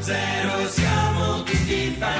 106 siamo tutti fan.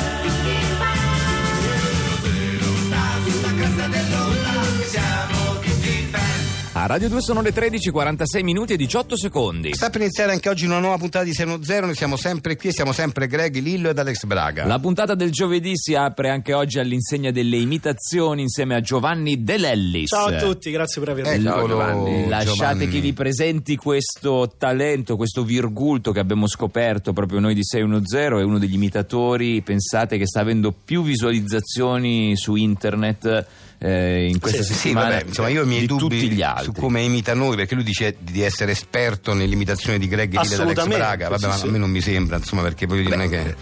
Sulla cresta dell'onda siamo tutti fan. A Radio 2 sono le 13:46 minuti e 18 secondi. Sta per iniziare anche oggi una nuova puntata di 610. Noi siamo sempre qui e siamo sempre Greg, Lillo ed Alex Braga. La puntata del giovedì si apre anche oggi all'insegna delle imitazioni insieme a Giovanni De Lellis. Ciao a tutti, grazie per avermi. Ciao Giovanni. Lasciate che vi presenti questo talento, questo virgulto che abbiamo scoperto proprio noi di 610. È uno degli imitatori, pensate, che sta avendo più visualizzazioni su internet in questa settimana. Vabbè, insomma, io ho i miei di dubbi tutti gli altri. su come imita noi, perché lui dice di essere esperto nell'imitazione di Greg, Lillo ed Alex Braga. Vabbè, ma a me non mi sembra, insomma, perché voglio dire, non è che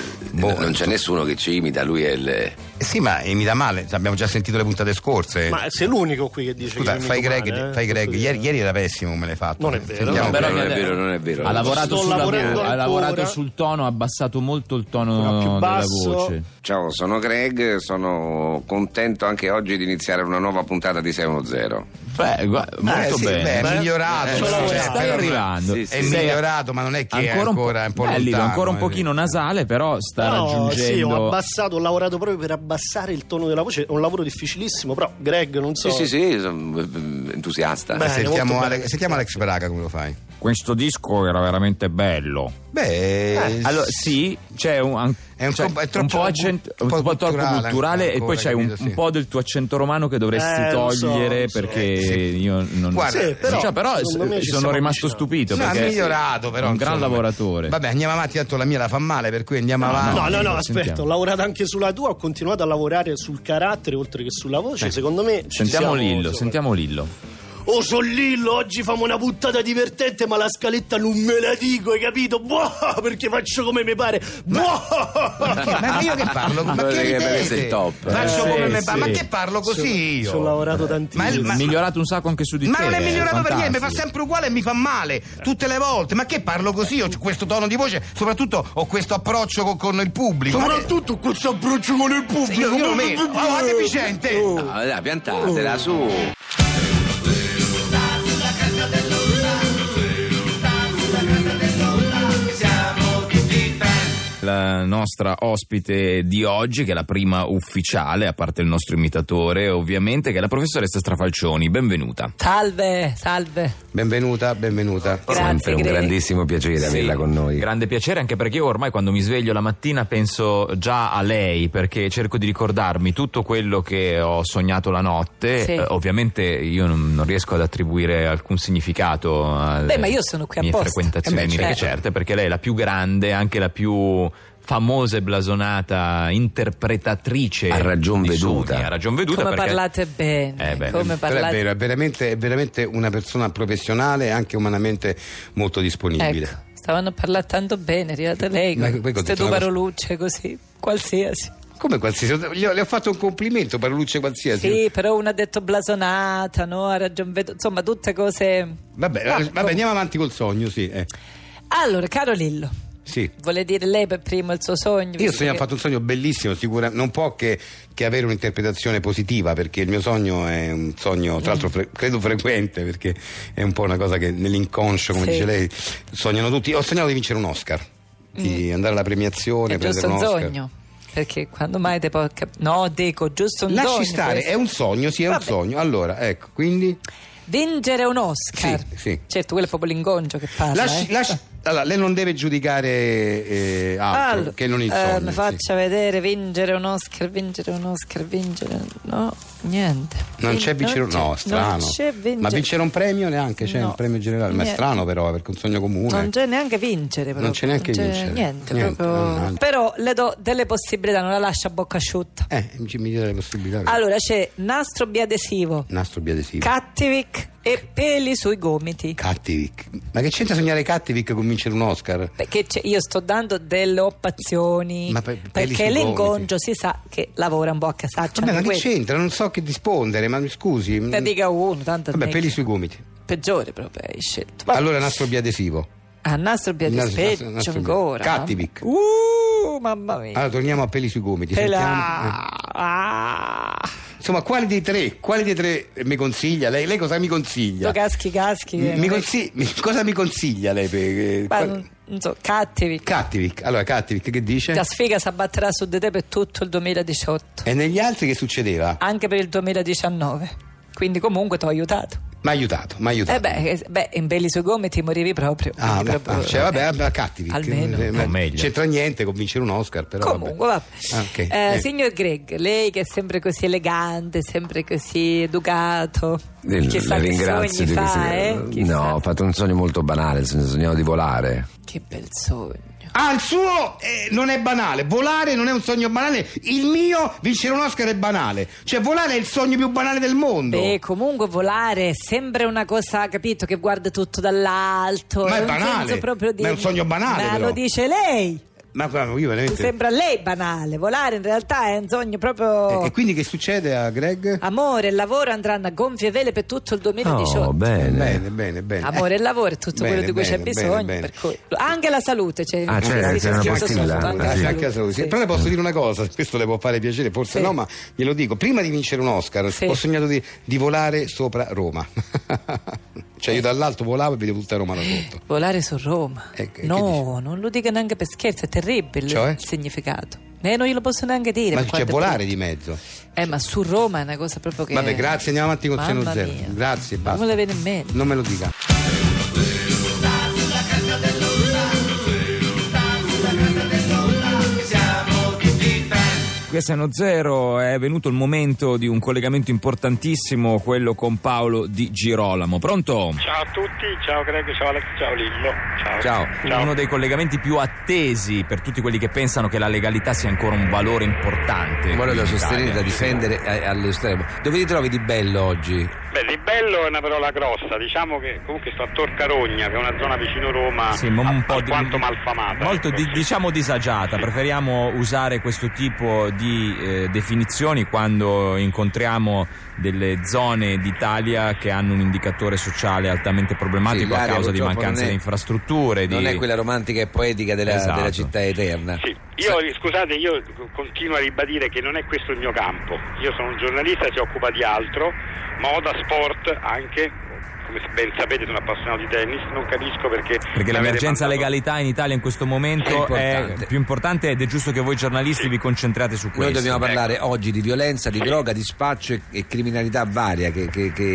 non c'è nessuno che ci imita, lui è il... sì, ma imita male, abbiamo già sentito le puntate scorse. Ma sei l'unico qui che dice scusa, che fai Greg, male, fai Greg. Ieri era pessimo come l'hai fatto. Non è vero. Sentiamo Però Greg. non è vero. Ha lavorato, Sto lavorando ha ancora. lavorato sul tono, ha abbassato molto il tono più della basso. voce. Ciao, sono Greg, sono contento anche oggi di iniziare una nuova puntata di 610. Molto sì, bene. è migliorato. Stai però arrivando. Sì, sì. È migliorato, ma non è che è ancora un po' Lillo, lontano. ancora un pochino nasale, però sta raggiungendo. Sì, ho abbassato, ho lavorato proprio per abbassare il tono della voce. È un lavoro difficilissimo, però Greg, non so. Sì, sono entusiasta. Beh, Sentiamo molto bene. sentiamo Alex Braga come lo fai. Questo disco era veramente bello. Beh, Allora, sì, c'è un è un po', è un troppo, po' troppo culturale, e poi c'è un po' del tuo accento romano che dovresti togliere, lo so. perché io non. Guarda, Sì, però però secondo me ci sono siamo rimasto avvicinati. stupito No, perché ha migliorato, però è un gran insomma. lavoratore. Vabbè, andiamo avanti, tanto la mia la fa male, per cui andiamo avanti. No, sentiamo. aspetta, ho lavorato anche sulla tua, ho continuato a lavorare sul carattere oltre che sulla voce. Secondo me ci Sentiamo siamo, Lillo, insomma. sentiamo Lillo. Oh, son Lillo, oggi famo una puntata divertente, ma la scaletta non me la dico, hai capito? Boh, perché faccio come mi pare. Boh! Ma io che parlo? Ma Guarda che che ridete? questo è il top. Faccio come me sì. pare. Ma che parlo così Ci ho io? lavorato tantissimo. Ma- È migliorato un sacco anche su di Ma te. non è migliorato per niente, mi fa fantastico. sempre uguale e mi fa male tutte le volte. Ma che parlo così? Ho questo tono di voce, soprattutto ho questo approccio con il pubblico. Soprattutto questo approccio con il pubblico. Io lo metto. Oh, deficiente! No, dai, piantatela su. La nostra ospite di oggi, che è la prima ufficiale, a parte il nostro imitatore, ovviamente, che è la professoressa Strafalcioni. Benvenuta. Salve. Benvenuta. Grazie, Sempre un Greg. grandissimo piacere averla con noi. Grande piacere, anche perché io ormai quando mi sveglio la mattina penso già a lei, perché cerco di ricordarmi tutto quello che ho sognato la notte. Sì. Ovviamente io non riesco ad attribuire alcun significato alle ma io sono qui mie apposta. frequentazioni mitiche, certe, perché lei è la più grande, anche la più famosa e blasonata interpretatrice A ragion di veduta. sogni, a ragion veduta. Come perché parlate bene. bene. Come Però parlate... è vero, è veramente una persona professionale e anche umanamente molto disponibile. Ecco, stavano a parlare tanto bene, è arrivata lei Ma con poi queste continua- due parolucce così, qualsiasi. Come qualsiasi? Le ho fatto un complimento, parolucce qualsiasi. Sì, però uno ha detto blasonata, no? Ha ragion veduta, insomma, tutte cose... Vabbè, andiamo avanti col sogno, sì. Allora, caro Lillo, Sì. vuole dire lei per primo il suo sogno? Io visto ho che- fatto un sogno bellissimo, sicuramente non può che avere un'interpretazione positiva, perché il mio sogno è un sogno, tra l'altro credo frequente, perché è un po' una cosa che nell'inconscio, come Sì. dice lei, sognano tutti. Ho sognato di vincere un Oscar, di andare alla premiazione, È prendere giusto un un Oscar. sogno. Perché quando mai te può No, dico, giusto un Lasci sogno. stare, questo. è un sogno, sì, è un Vabbè. sogno. Allora, ecco, quindi Vincere un Oscar. Sì, sì. Certo, quello è proprio l'ingoncio che parla. allora, lei non deve giudicare altro Allora, che non il sogno. mi sì. faccia vedere vincere un Oscar. No, niente. Non c'è vincere no, strano. Non c'è Ma vincere un premio neanche, c'è No. un premio generale, ma è Niente. strano però, perché è un sogno comune. Non c'è neanche vincere proprio. Non c'è neanche vincere. Niente, Niente, proprio. mannaggia. Però le do delle possibilità, non la lascia a bocca asciutta. Mi dia le possibilità. Allora c'è nastro biadesivo, Nastro biadesivo. Cattivic e peli sui gomiti. Cattivic. Ma che c'entra sognare Cattivic con vincere un Oscar? Perché io sto dando delle opzioni. Ma peli perché sui l'ingoncio si sa che lavora un po' a casaccia. Vabbè, ma anche che quello. c'entra? Non so che rispondere, ma mi scusi. Te dica uno, tanto Vabbè, ne- peli sui gomiti. peggiore proprio hai scelto. Vabbè. Allora nastro biadesivo. A nastro biadesivo, peggio nastro ancora. Cattivic. Mamma mia. Allora torniamo a peli sui gomiti. Pela- Sentiamo. Ah. Insomma, quali dei tre mi consiglia? Lei cosa mi consiglia? Tu caschi. Cosa mi consiglia lei? Ma non so, Cattivic. Allora Cattivic che dice? La sfiga si abbatterà su di te per tutto il 2018. E negli altri che succedeva? Anche per il 2019. Quindi comunque ti ho aiutato. Mi ha aiutato. In belli sui gomiti morivi proprio. Cattivic. Almeno. Meglio. C'entra niente con vincere un Oscar, però. Comunque, vabbè. Okay. Signor Greg, lei che è sempre così elegante, sempre così educato, chissà che ringrazio sogni di fa, questo. Chissà. No, ho fatto un sogno molto banale, sognavo di volare. Che bel sogno. Il suo non è banale, volare non è un sogno banale, il mio vincere un Oscar è banale, cioè volare è il sogno più banale del mondo. Beh, comunque volare è sempre una cosa, capito, che guarda tutto dall'alto. Ma è un banale, senso proprio di... ma è un sogno banale, Ma però. lo dice lei. Ma io veramente... Sembra a lei banale, volare in realtà è un sogno proprio... E quindi che succede a Greg? Amore e lavoro andranno a gonfie vele per tutto il 2018. Oh, bene. Bene. Amore e lavoro è tutto quello di cui c'è bisogno. bene. Per cui... Anche la salute c'è. Ah, certo, c'è una scritto postilla. sotto, anche la Anche la salute. sì. Però le posso dire una cosa, questo le può fare piacere, forse Sì. no, ma glielo dico. Prima di vincere un Oscar Sì. ho sognato di volare sopra Roma. Cioè io dall'alto volavo e vedevo tutta Roma da sotto. Volare su Roma. Che No, non lo dica neanche per scherzo, è terribile Cioè? il significato. Non glielo posso neanche dire. Ma per c'è quanto è volare brutto. di mezzo. Ma su Roma è una cosa proprio che... Vabbè, grazie, andiamo avanti con Mamma Seno Zero. mia. Grazie, Non basta. me le viene in mente. Non me lo dica. Siamo tutti fan. Questa è No Zero, è venuto il momento di un collegamento importantissimo, quello con Paolo Di Girolamo. Pronto? Ciao a tutti, ciao Greg, ciao Alex, ciao Lillo. Ciao, uno dei collegamenti più attesi per tutti quelli che pensano che la legalità sia ancora un valore importante. Un valore da qui in sostenere, Italia. da difendere all'estremo. Dove ti trovi di bello oggi? Beh, di bello è una parola grossa, diciamo che comunque sto a Torcarogna, che è una zona vicino Roma, Sì, ma un po' alquanto malfamata. molto ecco, sì. diciamo disagiata. Preferiamo usare questo tipo di definizioni quando incontriamo delle zone d'Italia che hanno un indicatore sociale altamente problematico Sì, a l'area causa di purtroppo mancanza non è- di infrastrutture. Non è quella romantica e poetica della Esatto. città eterna. Sì, scusate, io continuo a ribadire che non è questo il mio campo. Io sono un giornalista che si occupa di altro, moda, sport anche. Come ben sapete sono appassionato di tennis, non capisco perché l'emergenza mandato... legalità in Italia in questo momento È è importante. più importante ed è giusto che voi giornalisti vi concentrate su questo. Noi dobbiamo parlare Ecco. oggi di violenza, di droga, di spaccio e criminalità varia che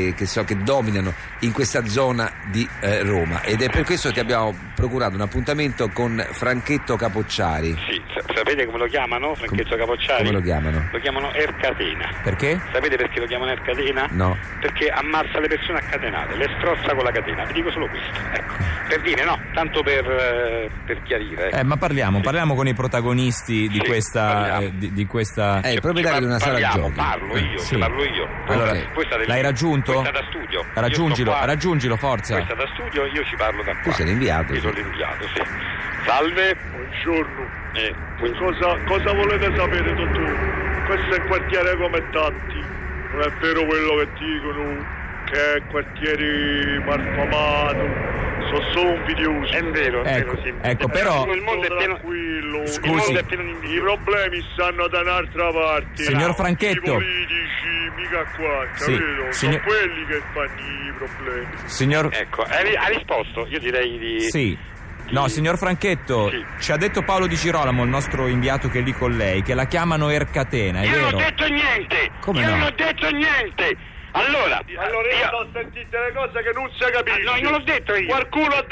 dominano in questa zona di Roma, ed è per questo che abbiamo procurato un appuntamento con Franchetto Capocciari. Sì, sapete come lo chiamano, Franchetto Capocciari? Come lo chiamano? Lo chiamano Ercatena. Perché? Sapete perché lo chiamano Ercatena? No. Perché ammazza le persone a catenate, le strozza con la catena, vi dico solo questo, ecco, per dire, no, tanto per chiarire. Ma parliamo con i protagonisti di Sì, questa parliamo. di questa Il proprietario di una sala giochi. Parlo io, Sì. parlo io. Allora, Ok. Voi state lì. l'hai raggiunto? Voi state a studio. Raggiungilo, Io sto qua. raggiungilo, forza. Voi state a studio, io ci parlo da qua. Tu sei l'inviato, Io sì. sono l'inviato, sì. Salve. Buongiorno. Quindi... Cosa volete sapere, dottore? Questo è il quartiere come tanti. Non è vero quello che dicono che è quartiere malfamato. Sono solo invidiosi. È vero, Ecco, sì. ecco, però- Il mondo è pieno... Tranquillo. Il Scusi. mondo è pieno di I invidiosi. problemi stanno da un'altra parte. Signor Franchetto. I politici, mica qua, Sì, capito? signor- Sono quelli che fanno i problemi. Signor Ecco, ha risposto? Io direi di... Sì. No, signor Franchetto, Sì. ci ha detto Paolo Di Girolamo, il nostro inviato che è lì con lei, che la chiamano Ercatena, è Io vero? non ho detto niente! Come io no? non ho detto niente! Allora Allora io sto sentendo le cose che non si capisce. No, non l'ho detto io. Qualcuno ha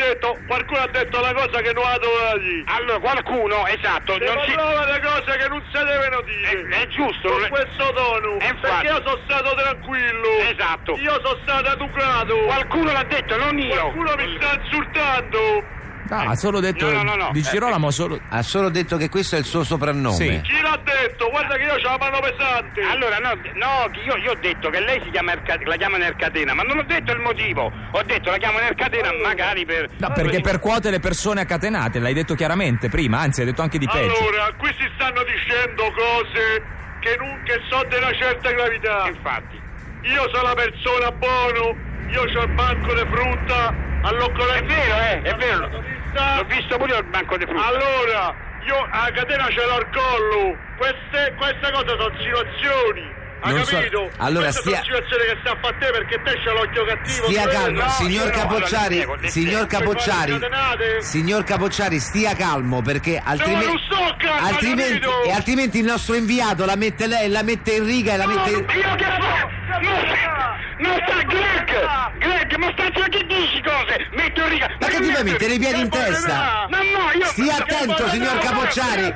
detto la cosa che non ha dovuto dire. Allora, qualcuno, esatto, Si non si... parlava di cose che non si devono dire. È giusto. Con questo tono. Infatti. Perché io sono stato tranquillo. Esatto. Io sono stato educato. Qualcuno l'ha detto, non io. Qualcuno mi sta insultando. No, ha solo detto No. Di Girolamo solo Ha solo detto che questo è il suo soprannome. Sì. Chi l'ha detto? Guarda che io ho la mano pesante. Allora, no, io ho detto che lei si chiama la chiamano Ercatena, ma non ho detto il motivo. Ho detto la chiamano Ercatena magari per... No, perché percuote le persone accatenate, l'hai detto chiaramente prima, anzi hai detto anche di peggio. Allora, qui si stanno dicendo cose che sono di una certa gravità. Infatti. Io sono una persona buono, io ho il banco di frutta all'occorrenza. È vero. L'ho visto pure io al banco di frutta. Allora, io a catena ce l'ho al collo. Queste cose sono situazioni. Hai capito? Allora questa è una situazione che sta a fare te perché te c'ha l'occhio cattivo. Stia calmo, no, signor Capocciari, signor Capocciari, scatenate. signor Capocciari, stia calmo perché altrimenti, non sto calmo, altrimenti il nostro inviato la mette lei, la mette in riga e la mette. Io che non sta Greg, ma sta che dici cose? Metto in riga. Ma che ti fai mettere i piedi in testa? No, io Stia attento, signor Capocciari.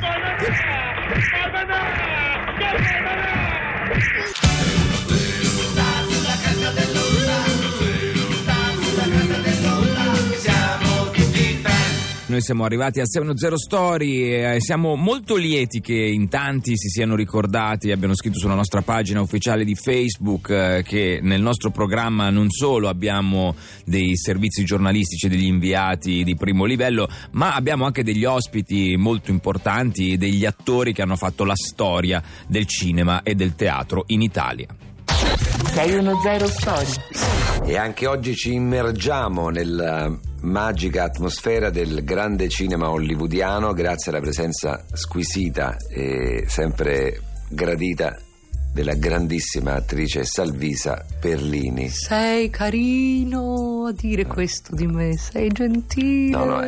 Noi siamo arrivati a 610 Story e siamo molto lieti che in tanti si siano ricordati, abbiano scritto sulla nostra pagina ufficiale di Facebook che nel nostro programma non solo abbiamo dei servizi giornalistici e degli inviati di primo livello, ma abbiamo anche degli ospiti molto importanti, degli attori che hanno fatto la storia del cinema e del teatro in Italia. 610 Story. E anche oggi ci immergiamo nella magica atmosfera del grande cinema hollywoodiano grazie alla presenza squisita e sempre gradita della grandissima attrice Salvisa Perlini. Sei carino a dire questo di me, sei gentile. No,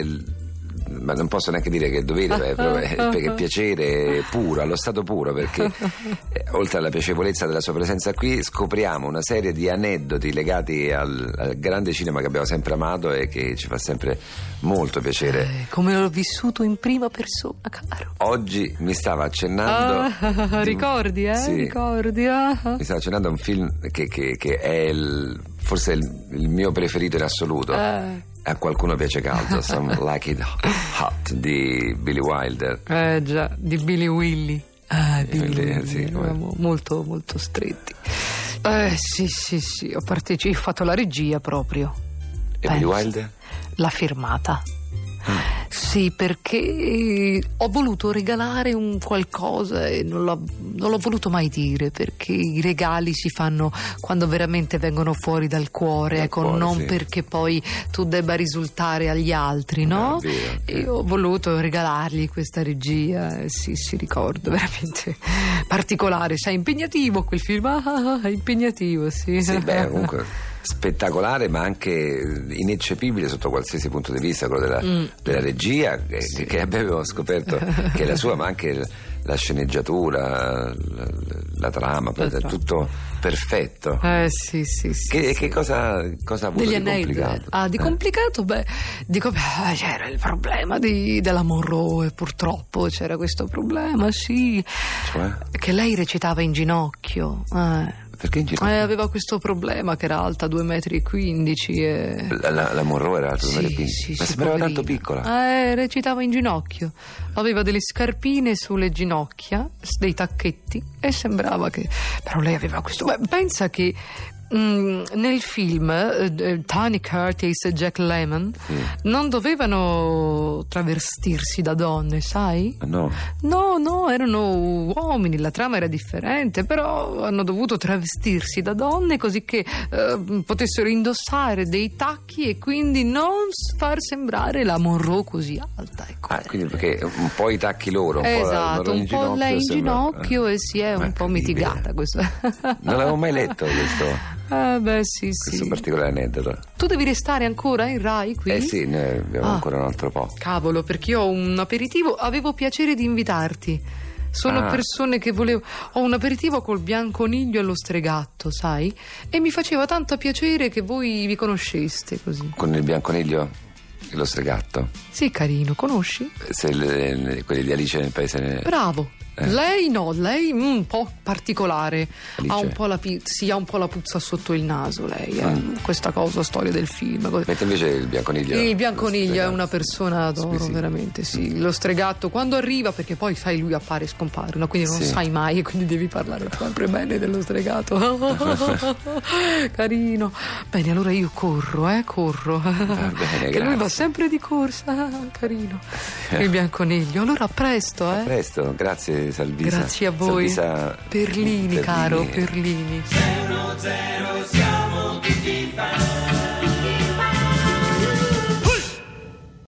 ma non posso neanche dire che è dovere, perché è piacere puro, allo stato puro, perché oltre alla piacevolezza della sua presenza qui scopriamo una serie di aneddoti legati al grande cinema che abbiamo sempre amato e che ci fa sempre molto piacere. Come l'ho vissuto in prima persona, caro. Oggi mi stava accennando ricordi, sì, ricordi. Mi stava accennando un film che è forse il mio preferito in assoluto. A qualcuno piace caldo, Some Like It Hot di Billy Wilder. Già, di Billy Willy. Billy Willy, sì, molto molto stretti. Sì, ho fatto la regia proprio. E Billy Wilder? L'ha firmata. Sì, perché ho voluto regalare un qualcosa e non l'ho voluto mai dire, perché i regali si fanno quando veramente vengono fuori dal cuore, non sì, perché poi tu debba risultare agli altri, no? Vero. E ho voluto regalargli questa regia, sì, ricordo, veramente particolare, sai, impegnativo quel film, impegnativo, sì. Sì, beh, comunque spettacolare ma anche ineccepibile sotto qualsiasi punto di vista, quello della regia che abbiamo scoperto che è la sua, ma anche la sceneggiatura, la trama, tutto perfetto. Sì. Che cosa ha avuto di complicato? Di complicato? C'era il problema della Monroe, purtroppo c'era questo problema, sì. Cioè? Che lei recitava in ginocchio. Perché in ginocchio? Aveva questo problema che era alta 2,15 m. La Monroe era alta 2,15 m? Sì, ma sembrava tanto piccola. Recitava in ginocchio. Aveva delle scarpine sulle ginocchia, dei tacchetti, e sembrava che... Però lei aveva questo... pensa che nel film Tony Curtis e Jack Lemmon non dovevano travestirsi da donne, sai? No, erano uomini, la trama era differente, però hanno dovuto travestirsi da donne così che potessero indossare dei tacchi e quindi non far sembrare la Monroe così alta, ecco. Quindi perché un po' i tacchi loro, un po' lei in ginocchio e si è un po' mitigata questo. Non l'avevo mai letto questo. Sì. Questo particolare aneddoto. Tu devi restare ancora in Rai qui? Sì, noi abbiamo ancora un altro po'. Cavolo, perché io ho un aperitivo, avevo piacere di invitarti. Sono persone che volevo... Ho un aperitivo col Bianconiglio e lo Stregatto, sai? E mi faceva tanto piacere che voi vi conosceste così. Con il Bianconiglio e lo Stregatto? Sì, carino, conosci? Quelli di Alice nel Paese... Bravo. Lei un po' particolare. Alice. Ha un po' la puzza sotto il naso, lei. Questa storia del film. Mentre invece il Bianconiglio... Il Bianconiglio è una persona d'oro, veramente, sì. Lo Stregatto, quando arriva, perché poi sai, lui appare e scompare, no? Quindi non sai mai, e quindi devi parlare sempre bene dello Stregatto. Carino. Bene, allora io corro. Va bene, che lui va sempre di corsa, carino. Il Bianconiglio. Allora a presto, A presto, grazie Salvisa. Grazie a voi. Salvisa Perlini, caro, Perlini. 610